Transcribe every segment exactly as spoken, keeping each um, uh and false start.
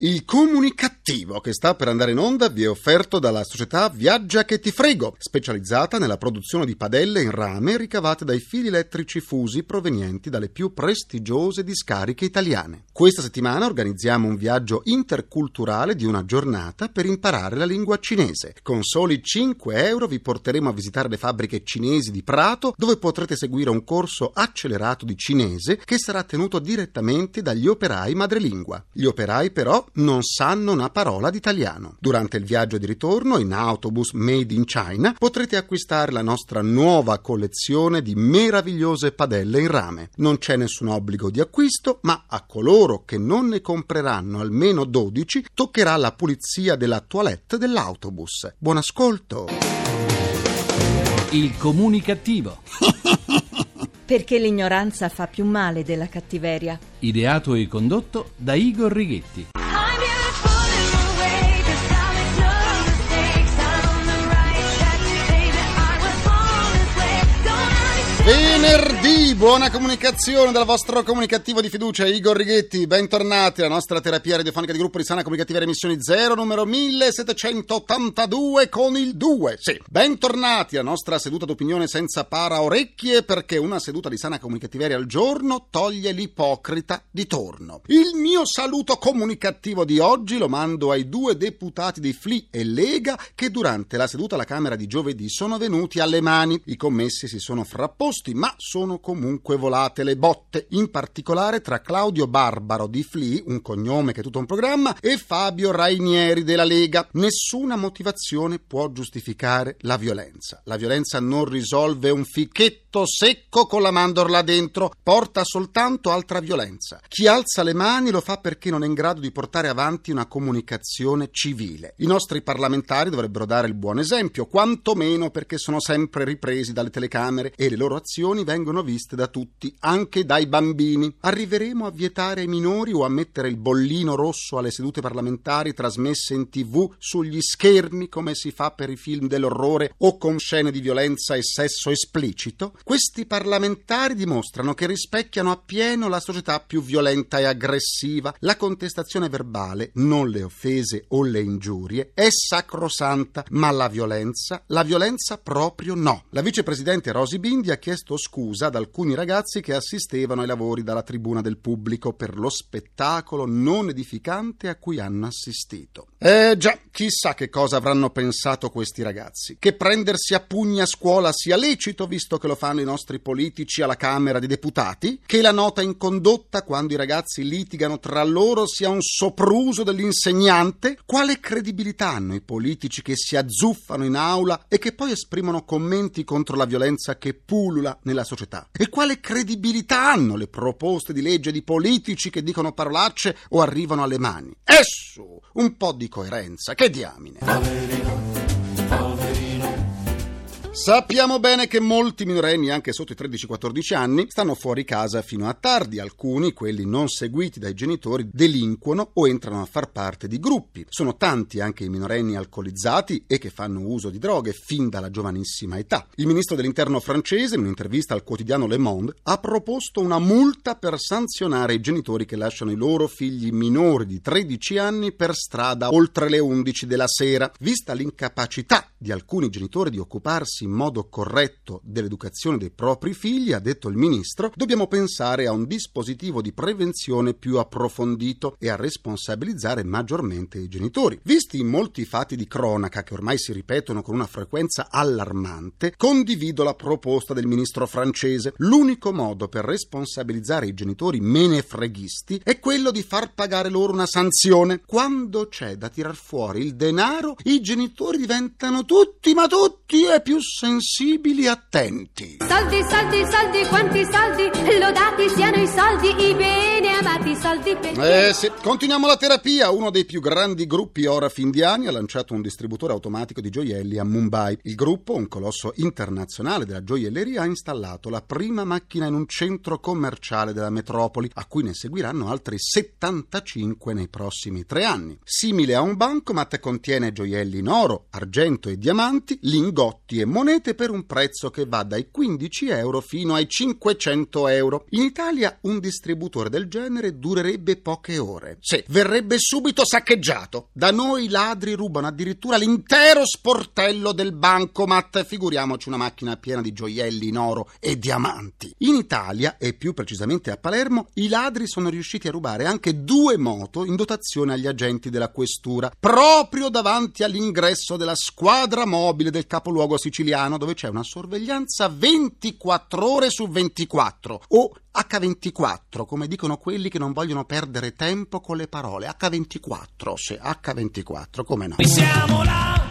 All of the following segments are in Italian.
Il comunicativo che sta per andare in onda vi è offerto dalla società Viaggia che ti frego, specializzata nella produzione di padelle in rame ricavate dai fili elettrici fusi provenienti dalle più prestigiose discariche italiane. Questa settimana organizziamo un viaggio interculturale di una giornata per imparare la lingua cinese. Con soli cinque euro vi porteremo a visitare le fabbriche cinesi di Prato, dove potrete seguire un corso accelerato di cinese che sarà tenuto direttamente dagli operai madrelingua. Gli operai però non sanno una parola d'italiano. Durante il viaggio di ritorno in autobus made in China potrete acquistare la nostra nuova collezione di meravigliose padelle in rame. Non c'è nessun obbligo di acquisto, ma a coloro che non ne compreranno almeno dodici toccherà la pulizia della toilette dell'autobus. Buon ascolto! Il comunicativo. Perché l'ignoranza fa più male della cattiveria. Ideato e condotto da Igor Righetti. Venerdì, buona comunicazione dal vostro comunicativo di fiducia Igor Righetti. Bentornati alla nostra terapia radiofonica di gruppo di sana comunicativa emissioni zero, numero millesettecentottantadue con il due. Sì, bentornati alla nostra seduta d'opinione senza paraorecchie, perché una seduta di sana comunicativeria al giorno toglie l'ipocrita di torno. Il mio saluto comunicativo di oggi lo mando ai due deputati di F L I e Lega che durante la seduta alla Camera di giovedì sono venuti alle mani. I commessi si sono frapposti, ma sono comunque volate le botte, in particolare tra Claudio Barbaro di F L I, un cognome che è tutto un programma, e Fabio Rainieri della Lega. Nessuna motivazione può giustificare la violenza. La violenza non risolve un ficchetto secco con la mandorla dentro, porta soltanto altra violenza. Chi alza le mani lo fa perché non è in grado di portare avanti una comunicazione civile. I nostri parlamentari dovrebbero dare il buon esempio, quantomeno perché sono sempre ripresi dalle telecamere e le loro azioni vengono viste da tutti, anche dai bambini. Arriveremo a vietare ai minori o a mettere il bollino rosso alle sedute parlamentari trasmesse in tv sugli schermi come si fa per i film dell'orrore o con scene di violenza e sesso esplicito? Questi parlamentari dimostrano che rispecchiano appieno la società più violenta e aggressiva. La contestazione verbale, non le offese o le ingiurie, è sacrosanta, ma la violenza, la violenza proprio no. La vicepresidente Rosy Bindi ha chiesto scusa ad alcuni ragazzi che assistevano ai lavori dalla tribuna del pubblico per lo spettacolo non edificante a cui hanno assistito. Eh già, chissà che cosa avranno pensato questi ragazzi. Che prendersi a pugni a scuola sia lecito, visto che lo fanno i nostri politici alla Camera dei Deputati? Che la nota in condotta quando i ragazzi litigano tra loro sia un sopruso dell'insegnante? Quale credibilità hanno i politici che si azzuffano in aula e che poi esprimono commenti contro la violenza che pullula nella società? E quale credibilità hanno le proposte di legge di politici che dicono parolacce o arrivano alle mani? E su, un po' di coerenza, che diamine! Poverino, poverino. Sappiamo bene che molti minorenni, anche sotto i tredici quattordici anni, stanno fuori casa fino a tardi. Alcuni, quelli non seguiti dai genitori, delinquono o entrano a far parte di gruppi. Sono tanti anche i minorenni alcolizzati e che fanno uso di droghe fin dalla giovanissima età. Il ministro dell'interno francese, in un'intervista al quotidiano Le Monde, ha proposto una multa per sanzionare i genitori che lasciano i loro figli minori di tredici anni per strada oltre le undici della sera. Vista l'incapacità di alcuni genitori di occuparsi in modo corretto dell'educazione dei propri figli, ha detto il ministro, dobbiamo pensare a un dispositivo di prevenzione più approfondito e a responsabilizzare maggiormente i genitori. Visti i molti fatti di cronaca che ormai si ripetono con una frequenza allarmante, condivido la proposta del ministro francese. L'unico modo per responsabilizzare i genitori menefreghisti è quello di far pagare loro una sanzione. Quando c'è da tirar fuori il denaro, i genitori diventano tutti, ma tutti e più sensibili e attenti. Soldi, soldi, soldi, quanti soldi, lodati siano i soldi, i bene amati soldi per... Eh sì, continuiamo la terapia. Uno dei più grandi gruppi oraf indiani ha lanciato un distributore automatico di gioielli a Mumbai. Il gruppo, un colosso internazionale della gioielleria, ha installato la prima macchina in un centro commerciale della metropoli, a cui ne seguiranno altri settantacinque nei prossimi tre anni. Simile a un bancomat, contiene gioielli in oro, argento e diamanti, lingotti e monete per un prezzo che va dai quindici euro fino ai cinquecento euro. In Italia un distributore del genere genere durerebbe poche ore. Sì, verrebbe subito saccheggiato. Da noi i ladri rubano addirittura l'intero sportello del bancomat, figuriamoci una macchina piena di gioielli in oro e diamanti. In Italia, e più precisamente a Palermo, i ladri sono riusciti a rubare anche due moto in dotazione agli agenti della questura, proprio davanti all'ingresso della squadra mobile del capoluogo siciliano, dove c'è una sorveglianza ventiquattro ore su ventiquattro, o acca ventiquattro, come dicono quelli che non vogliono perdere tempo con le parole. acca ventiquattro, sì, acca ventiquattro, come no? Siamo là,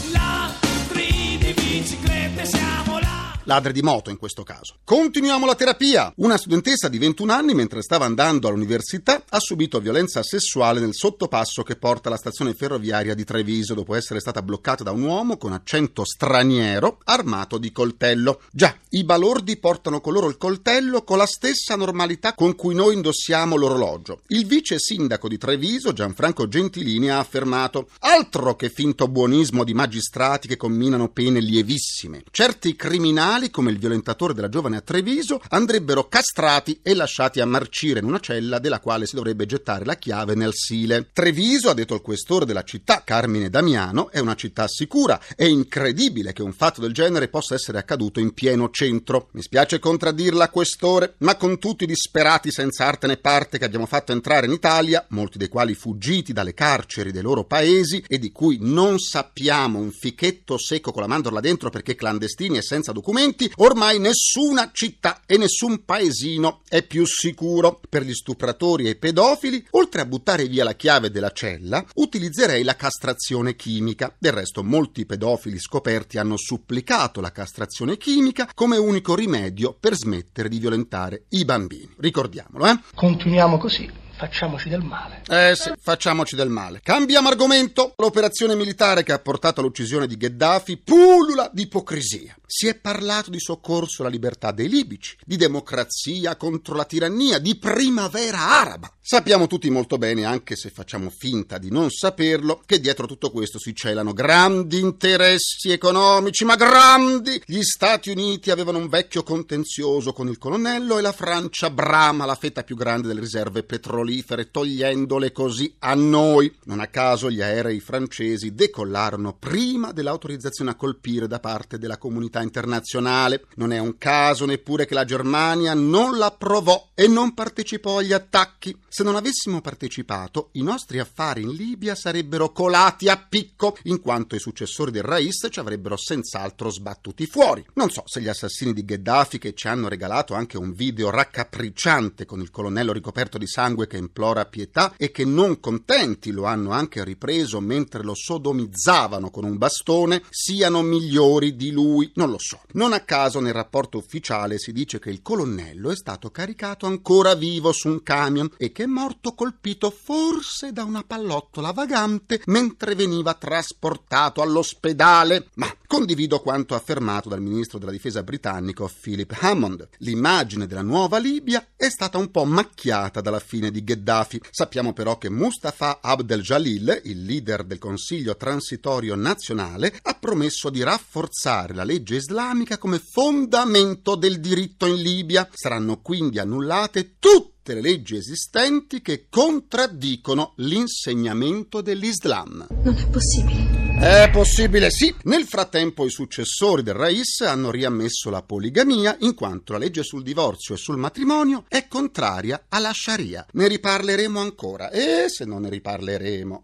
ladri di biciclette, siamo là. Ladri di moto in questo caso. Continuiamo la terapia. Una studentessa di ventuno anni, mentre stava andando all'università, ha subito violenza sessuale nel sottopasso che porta alla stazione ferroviaria di Treviso, dopo essere stata bloccata da un uomo con accento straniero armato di coltello. Già, i balordi portano con loro il coltello con la stessa normalità con cui noi indossiamo l'orologio. Il vice sindaco di Treviso, Gianfranco Gentilini, ha affermato: altro che finto buonismo di magistrati che comminano pene lievissime. Certi criminali, come il violentatore della giovane a Treviso, andrebbero castrati e lasciati a marcire in una cella della quale si dovrebbe gettare la chiave nel Sile. Treviso, ha detto il questore della città, Carmine Damiano, è una città sicura. È incredibile che un fatto del genere possa essere accaduto in pieno centro. Mi spiace contraddirla, questore, ma con tutti i disperati senza arte né parte che abbiamo fatto entrare in Italia, molti dei quali fuggiti dalle carceri dei loro paesi e di cui non sappiamo un fichetto secco con la mandorla dentro perché clandestini e senza documenti, ormai nessuna città e nessun paesino è più sicuro. Per gli stupratori e i pedofili, oltre a buttare via la chiave della cella, utilizzerei la castrazione chimica. Del resto, molti pedofili scoperti hanno supplicato la castrazione chimica come unico rimedio per smettere di violentare i bambini. Ricordiamolo, eh? Continuiamo così. Facciamoci del male. Eh sì, facciamoci del male. Cambiamo argomento. L'operazione militare che ha portato all'uccisione di Gheddafi pullula di ipocrisia. Si è parlato di soccorso alla libertà dei libici, di democrazia contro la tirannia, di primavera araba. Sappiamo tutti molto bene, anche se facciamo finta di non saperlo, che dietro tutto questo si celano grandi interessi economici, ma grandi! Gli Stati Uniti avevano un vecchio contenzioso con il colonnello e la Francia brama la fetta più grande delle riserve petrolifere, togliendole così a noi. Non a caso gli aerei francesi decollarono prima dell'autorizzazione a colpire da parte della comunità internazionale. Non è un caso neppure che la Germania non l'approvò e non partecipò agli attacchi. Se non avessimo partecipato, i nostri affari in Libia sarebbero colati a picco, in quanto i successori del Rais ci avrebbero senz'altro sbattuti fuori. Non so se gli assassini di Gheddafi, che ci hanno regalato anche un video raccapricciante con il colonnello ricoperto di sangue che implora pietà e che, non contenti, lo hanno anche ripreso mentre lo sodomizzavano con un bastone, siano migliori di lui. Non lo so. Non a caso nel rapporto ufficiale si dice che il colonnello è stato caricato ancora vivo su un camion e che è morto colpito forse da una pallottola vagante mentre veniva trasportato all'ospedale. Ma condivido quanto affermato dal ministro della difesa britannico Philip Hammond. L'immagine della nuova Libia è stata un po' macchiata dalla fine di Gheddafi. Sappiamo però che Mustafa Abdel Jalil, il leader del Consiglio Transitorio Nazionale, ha promesso di rafforzare la legge islamica come fondamento del diritto in Libia. Saranno quindi annullate tutte le leggi esistenti che contraddicono l'insegnamento dell'Islam. Non è possibile. È possibile, sì. Nel frattempo i successori del Rais hanno riammesso la poligamia, in quanto la legge sul divorzio e sul matrimonio è contraria alla Sharia. Ne riparleremo ancora. E se non ne riparleremo...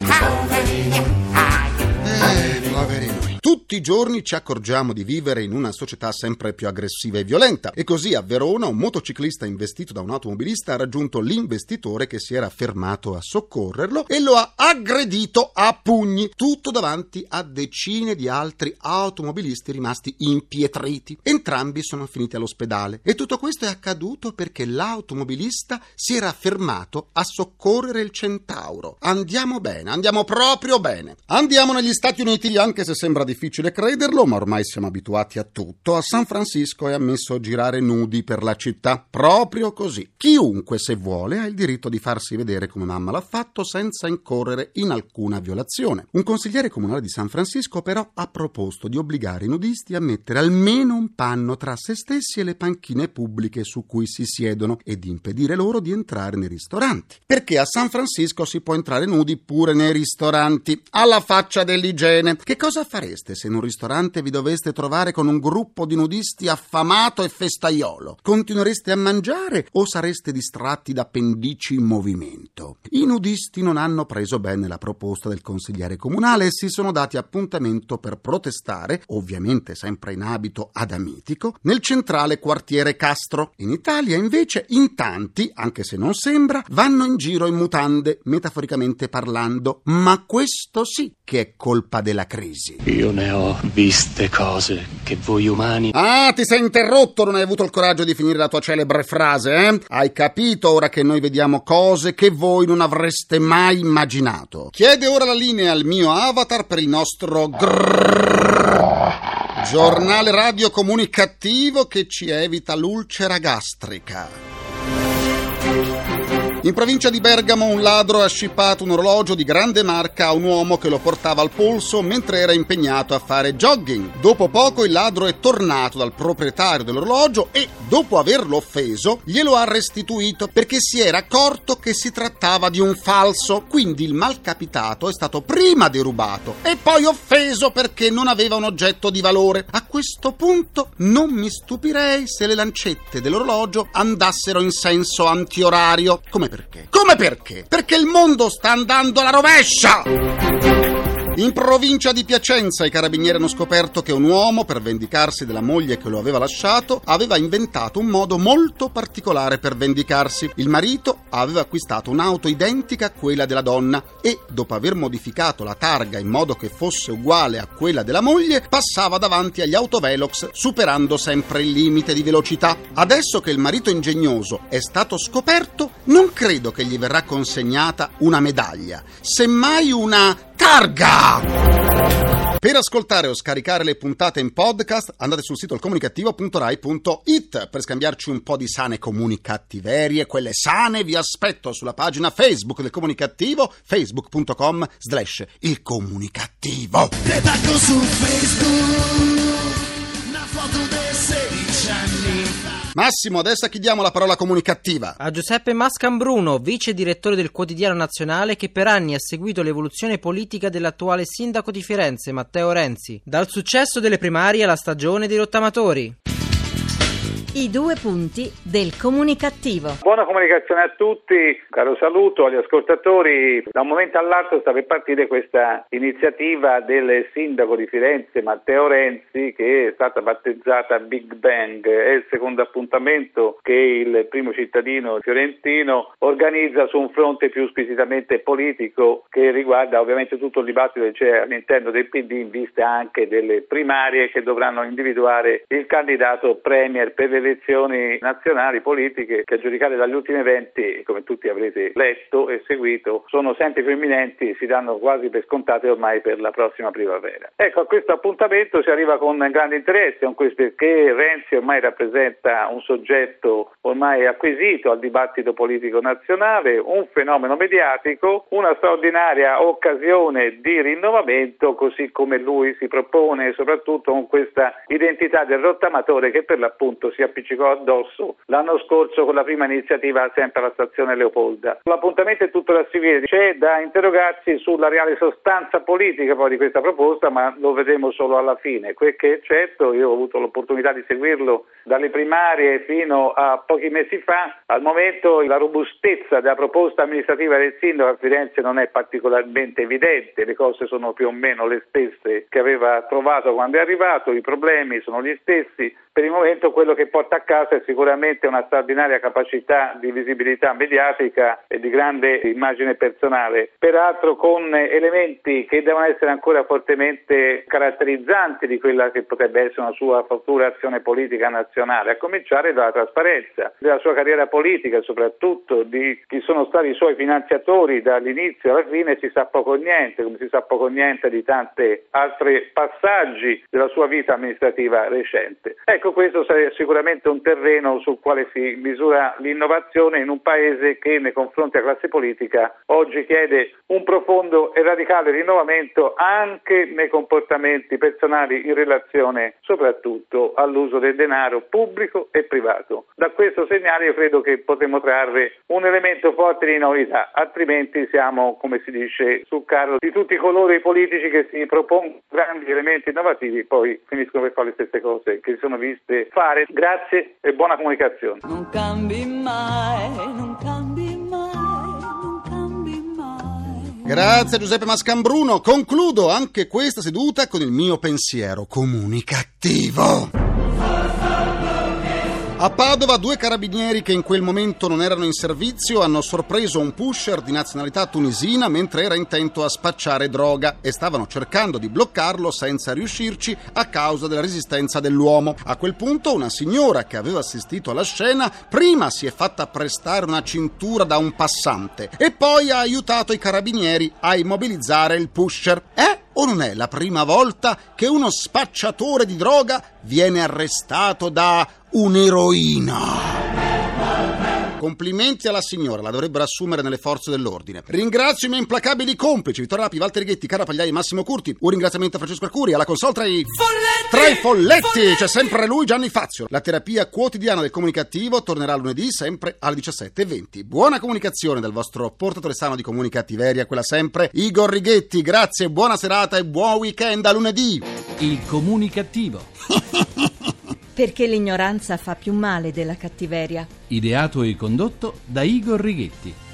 Eh, poveri noi. Tutti i giorni ci accorgiamo di vivere in una società sempre più aggressiva e violenta, e così a Verona un motociclista investito da un automobilista ha raggiunto l'investitore che si era fermato a soccorrerlo e lo ha aggredito a pugni, tutto davanti a decine di altri automobilisti rimasti impietriti. Entrambi sono finiti all'ospedale e tutto questo è accaduto perché l'automobilista si era fermato a soccorrere il Centauro. Andiamo bene, andiamo proprio bene. Andiamo negli Stati Uniti, anche se sembra difficile difficile crederlo, ma ormai siamo abituati a tutto, a San Francisco è ammesso girare nudi per la città, proprio così. Chiunque, se vuole, ha il diritto di farsi vedere come mamma l'ha fatto senza incorrere in alcuna violazione. Un consigliere comunale di San Francisco però ha proposto di obbligare i nudisti a mettere almeno un panno tra se stessi e le panchine pubbliche su cui si siedono e di impedire loro di entrare nei ristoranti. Perché a San Francisco si può entrare nudi pure nei ristoranti, alla faccia dell'igiene. Che cosa fareste se in un ristorante vi doveste trovare con un gruppo di nudisti affamato e festaiolo? Continuereste a mangiare o sareste distratti da pendici in movimento? I nudisti non hanno preso bene la proposta del consigliere comunale e si sono dati appuntamento per protestare, ovviamente sempre in abito adamitico, nel centrale quartiere Castro. In Italia invece in tanti, anche se non sembra, vanno in giro in mutande, metaforicamente parlando, ma questo sì che è colpa della crisi. Io ne ho viste cose che voi umani... Ah, ti sei interrotto, non hai avuto il coraggio di finire la tua celebre frase, eh? Hai capito ora che noi vediamo cose che voi non avreste mai immaginato. Chiede ora la linea al mio avatar per il nostro grrrr, giornale radio comunicativo che ci evita l'ulcera gastrica. In provincia di Bergamo un ladro ha scippato un orologio di grande marca a un uomo che lo portava al polso mentre era impegnato a fare jogging. Dopo poco il ladro è tornato dal proprietario dell'orologio e, dopo averlo offeso, glielo ha restituito perché si era accorto che si trattava di un falso. Quindi il malcapitato è stato prima derubato e poi offeso perché non aveva un oggetto di valore. A questo punto non mi stupirei se le lancette dell'orologio andassero in senso antiorario. Come perché? Come perché? Perché il mondo sta andando alla rovescia! In provincia di Piacenza i carabinieri hanno scoperto che un uomo, per vendicarsi della moglie che lo aveva lasciato, aveva inventato un modo molto particolare per vendicarsi. Il marito aveva acquistato un'auto identica a quella della donna e, dopo aver modificato la targa in modo che fosse uguale a quella della moglie, passava davanti agli autovelox superando sempre il limite di velocità. Adesso che il marito ingegnoso è stato scoperto, non credo che gli verrà consegnata una medaglia, semmai una targa! Per ascoltare o scaricare le puntate in podcast andate sul sito ilcomunicativo punto rai punto it. Per scambiarci un po' di sane comunicattiverie, quelle sane, vi aspetto sulla pagina Facebook del Comunicativo, facebook punto com slash il comunicativo. Te taggo su Facebook, una foto dei sedici anni fa. Massimo, adesso a chi diamo la parola comunicativa? A Giuseppe Mascambruno, vice direttore del Quotidiano Nazionale, che per anni ha seguito l'evoluzione politica dell'attuale sindaco di Firenze, Matteo Renzi, dal successo delle primarie alla stagione dei rottamatori. I due punti del comunicativo. Buona comunicazione a tutti, caro saluto agli ascoltatori. Da un momento all'altro sta per partire questa iniziativa del sindaco di Firenze, Matteo Renzi, che è stata battezzata Big Bang. È il secondo appuntamento che il primo cittadino fiorentino organizza su un fronte più squisitamente politico che riguarda ovviamente tutto il dibattito che c'è all'interno del P D in vista anche delle primarie che dovranno individuare il candidato premier per le elezioni nazionali politiche che, a giudicare dagli ultimi eventi, come tutti avrete letto e seguito, sono sempre più imminenti, si danno quasi per scontate ormai per la prossima primavera. Ecco, a questo appuntamento si arriva con grande interesse, perché Renzi ormai rappresenta un soggetto ormai acquisito al dibattito politico nazionale, un fenomeno mediatico, una straordinaria occasione di rinnovamento, così come lui si propone, soprattutto con questa identità del rottamatore che per l'appunto si appiccicò addosso l'anno scorso con la prima iniziativa sempre alla stazione Leopolda. L'appuntamento è tutto da seguire, c'è da interrogarsi sulla reale sostanza politica poi di questa proposta, ma lo vedremo solo alla fine. Quel che è certo, io ho avuto l'opportunità di seguirlo dalle primarie fino a pochi mesi fa. Al momento la robustezza della proposta amministrativa del sindaco a Firenze non è particolarmente evidente, le cose sono più o meno le stesse che aveva trovato quando è arrivato, i problemi sono gli stessi. Per il momento quello che poi porta a casa è sicuramente una straordinaria capacità di visibilità mediatica e di grande immagine personale, peraltro con elementi che devono essere ancora fortemente caratterizzanti di quella che potrebbe essere una sua futura azione politica nazionale, a cominciare dalla trasparenza della sua carriera politica, soprattutto di chi sono stati i suoi finanziatori dall'inizio alla fine. Si sa poco o niente, come si sa poco o niente di tanti altri passaggi della sua vita amministrativa recente. Ecco, questo è sicuramente un terreno sul quale si misura l'innovazione in un paese che nei confronti della classe politica oggi chiede un profondo e radicale rinnovamento anche nei comportamenti personali in relazione soprattutto all'uso del denaro pubblico e privato. Da questo segnale io credo che potremo trarre un elemento forte di novità, altrimenti siamo, come si dice, sul carro di tutti i colori politici che si propongono grandi elementi innovativi, poi finiscono per fare le stesse cose che si sono viste fare. Grazie e buona comunicazione. Non cambi mai, non cambi mai, non cambi mai. Grazie Giuseppe Mascambruno. Concludo anche questa seduta con il mio pensiero comunicativo. A Padova due carabinieri che in quel momento non erano in servizio hanno sorpreso un pusher di nazionalità tunisina mentre era intento a spacciare droga e stavano cercando di bloccarlo senza riuscirci a causa della resistenza dell'uomo. A quel punto una signora che aveva assistito alla scena prima si è fatta prestare una cintura da un passante e poi ha aiutato i carabinieri a immobilizzare il pusher. Eh? O non è la prima volta che uno spacciatore di droga viene arrestato da un'eroina? Complimenti alla signora, la dovrebbero assumere nelle forze dell'ordine. Ringrazio i miei implacabili complici, Vittorio Rapi, Walter Righetti, Cara Pagliai e Massimo Curti. Un ringraziamento a Francesco Arcuri, alla console tra i... Folletti! Tra i folletti! folletti! C'è sempre lui, Gianni Fazio. La terapia quotidiana del comunicativo tornerà lunedì sempre alle diciassette e venti. Buona comunicazione dal vostro portatore sano di comunicattiveria, quella sempre, Igor Righetti. Grazie, buona serata e buon weekend a lunedì. Il comunicativo. Perché l'ignoranza fa più male della cattiveria. Ideato e condotto da Igor Righetti.